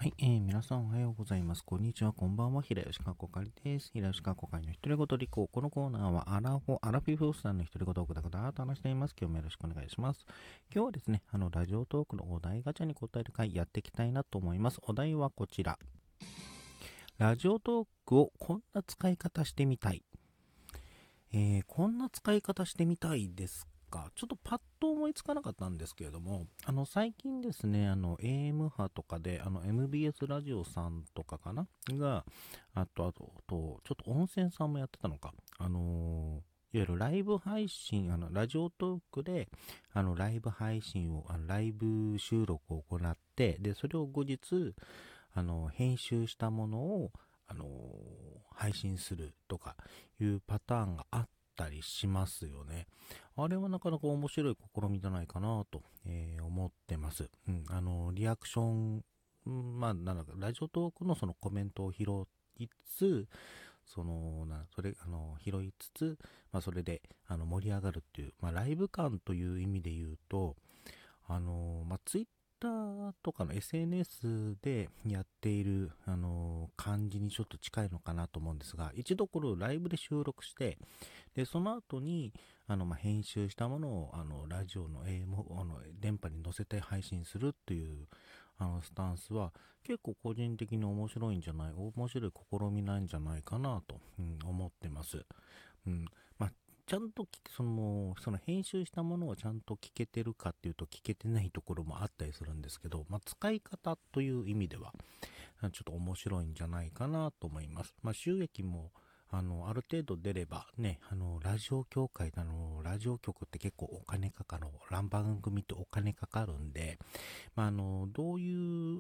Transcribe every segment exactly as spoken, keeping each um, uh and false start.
はい、えー、皆さんおはようございます。こんにちは、こんばんは。平吉かこかりです。平吉かこかりの独り言リコ。このコーナーはアラフォ、アラフィフさんの独り言をぐだぐだと話しています。今日もよろしくお願いします。今日はですね、あの、ラジオトークのお題ガチャに答える回やっていきたいなと思います。お題はこちら。ラジオトークをこんな使い方してみたい。えー、こんな使い方してみたいですか。ちょっとパッと思いつかなかったんですけれども、あの最近ですね、あの エーエム 波とかで、あの エムビーエス ラジオさんとかかなが、あと、あと、とちょっと温泉さんもやってたのか、あのーいわゆるライブ配信、あのラジオトークであのライブ配信を、あのライブ収録を行って、でそれを後日あの編集したものをあの配信するとかいうパターンがあったりしますよね。あれはなかなか面白い試みじゃないかなと、えー思ってます。うん、あのリアクション、うん、まあなんだかラジオトークのそのコメントを拾いつつ、そのなそれあの拾いつつ、まあ、それであの盛り上がるっていう、まあ、ライブ感という意味で言うと、あのまあ、ツイッターとかの エスエヌエス でやっている、あの感じにちょっと近いのかなと思うんですが、一度これをライブで収録して、でその後にあの、まあ、編集したものをあのラジオの エーエム あの電波に乗せて配信するっていうあのスタンスは結構個人的に面白いんじゃない面白い試みなんじゃないかなと、うん、思ってます。うん、まあちゃんとそのその編集したものをちゃんと聞けてるかっていうと聞けてないところもあったりするんですけど、まあ、使い方という意味ではちょっと面白いんじゃないかなと思います。まあ、収益もあのある程度出ればね、あのラジオ協会あのラジオ局って結構お金かかる、ラン番組ってお金かかるんで、まあ、あのどういう、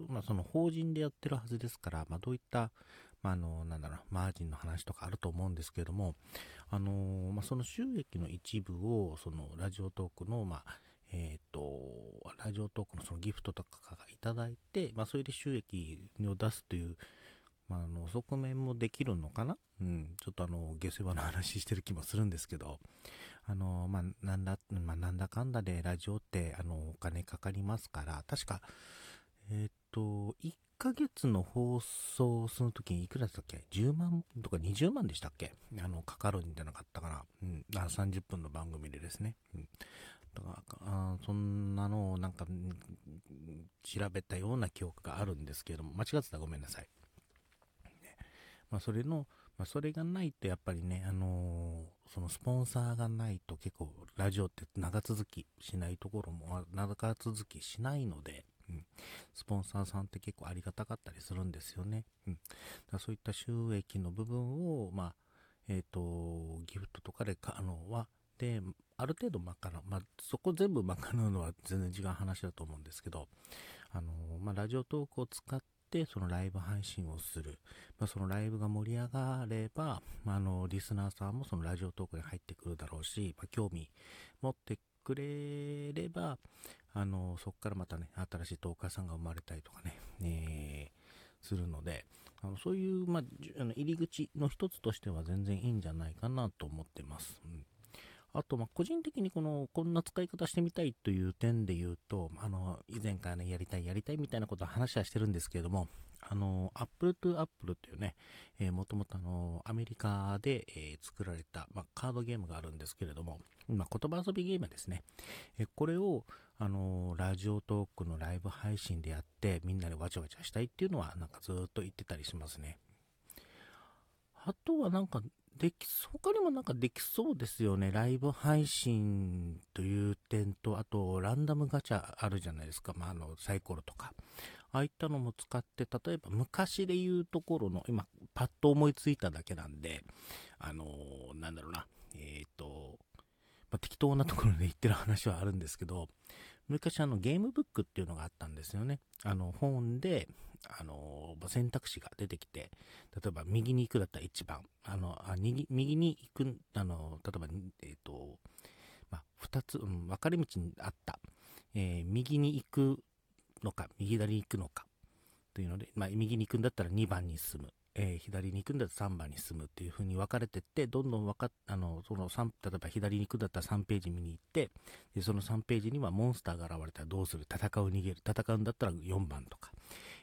まあ、その法人でやってるはずですから、まあ、どういった、まあ、あのなんだろうマージンの話とかあると思うんですけれども、あのまあ、その収益の一部をそのラジオトークの、まあえー、とラジオトークのそのギフトとかがいただいて、まあ、それで収益を出すという、まあ、あの側面もできるのかな、うん、ちょっとあの下世話の話してる気もするんですけど、あのまあ、なんだ、まあ、なんだかんだでラジオってあのお金かかりますから、確かえっ、といっかげつの放送するときにいくらだったっけ、じゅうまんとかにじゅうまんでしたっけ、あのかかるんじゃなかったかな、うん、あさんじゅっぷんの番組でですね、うん、だからあそんなのをなんか調べたような記憶があるんですけれども、間違ってたらごめんなさい。まあ、それの、まあ、それがないとやっぱりね、あのーそのスポンサーがないと結構ラジオって長続きしないところも、長続きしないので、うん、スポンサーさんって結構ありがたかったりするんですよね。うん、だからそういった収益の部分を、まあ、えっ、と、ギフトとかでか、あの、は、で、ある程度賄う、まあ、そこ全部賄うのは全然違う話だと思うんですけど、あのまあ、ラジオトークを使ってそのライブ配信をする、まあ、そのライブが盛り上がれば、まあ、あのリスナーさんもそのラジオトークに入ってくるだろうし、まあ、興味持ってくれれば、あのそこからまたね新しいトーカーさんが生まれたりとかね、えー、するので、あのそういう、まあ、あの入り口の一つとしては全然いいんじゃないかなと思ってます。うん、あと、まあ、個人的にこの、こんな使い方してみたいという点で言うと、あの、以前からね、やりたい、やりたいみたいなことは話はしてるんですけれども、あの、Apple to Apple っていうね、えー、もともとあの、アメリカで、えー作られた、まあ、カードゲームがあるんですけれども、まあ、言葉遊びゲームですね。えーこれを、あの、ラジオトークのライブ配信でやって、みんなでわちゃわちゃしたいっていうのは、なんかずっと言ってたりしますね。あとはなんか、でき、他にもなんかできそうですよね。ライブ配信という点と、あと、ランダムガチャあるじゃないですか。まあ、あの、サイコロとか。ああいったのも使って、例えば昔で言うところの、今、パッと思いついただけなんで、あのーなんだろうな。えっ、と、まあ、適当なところで言ってる話はあるんですけど、昔あのゲームブックっていうのがあったんですよね。あの本で、あの選択肢が出てきて、例えば右に行くだったらいちばん、あのあ右右に行く、あの例えば、えっ、と、まあ、ふたつ、うん、分かれ道にあった、えー右に行くのか右左に行くのかというので、まあ、右に行くんだったらにばんに進む、えー左に行くんだったらさんばんに進むっていう風に分かれてって、どんどん分かっあのそのさん例えば左に行くんだったらさんページ見に行って、でそのさんページにはモンスターが現れたらどうする、戦う、逃げる、戦うんだったらよんばんとか、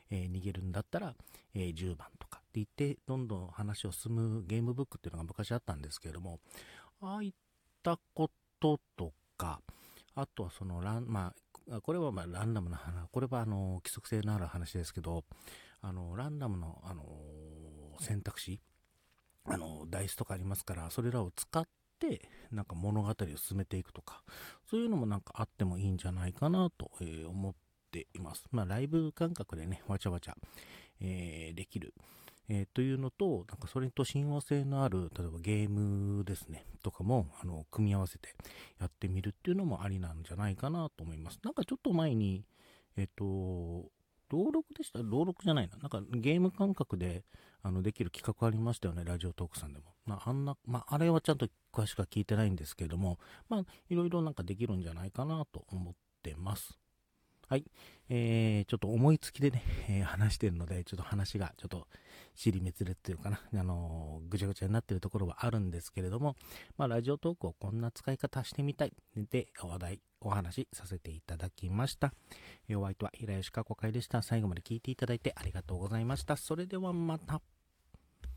えー逃げるんだったら、えーじゅうばんとかって言って、どんどん話を進むゲームブックっていうのが昔あったんですけれども、ああいったこととか、あとはそのラン、まあ、これはまあランダムな話、これはあの規則性のある話ですけど、あのランダムの、あの選択肢、あのダイスとかありますから、それらを使ってなんか物語を進めていくとか、そういうのもなんかあってもいいんじゃないかなと、えー思っています。まあライブ感覚でね、わちゃわちゃ、えーできる。えーというのと、なんかそれと親和性のある、例えばゲームですね、とかも、あの、組み合わせてやってみるっていうのもありなんじゃないかなと思います。なんかちょっと前に、えっ、と、朗読でした朗読じゃないな。なんかゲーム感覚で、あの、できる企画ありましたよね、ラジオトークさんでも。まあ、あんな、まあ、あれはちゃんと詳しくは聞いてないんですけども、まあ、いろいろなんかできるんじゃないかなと思ってます。はい。えー、ちょっと思いつきでね、えー話してるので、ちょっと話が、ちょっと、尻滅裂っていうかな、あのーぐちゃぐちゃになってるところはあるんですけれども、まあ、ラジオトークをこんな使い方してみたい。で、話題、お話しさせていただきました。えーお相手は平吉かこかいでした。最後まで聞いていただいてありがとうございました。それではまた。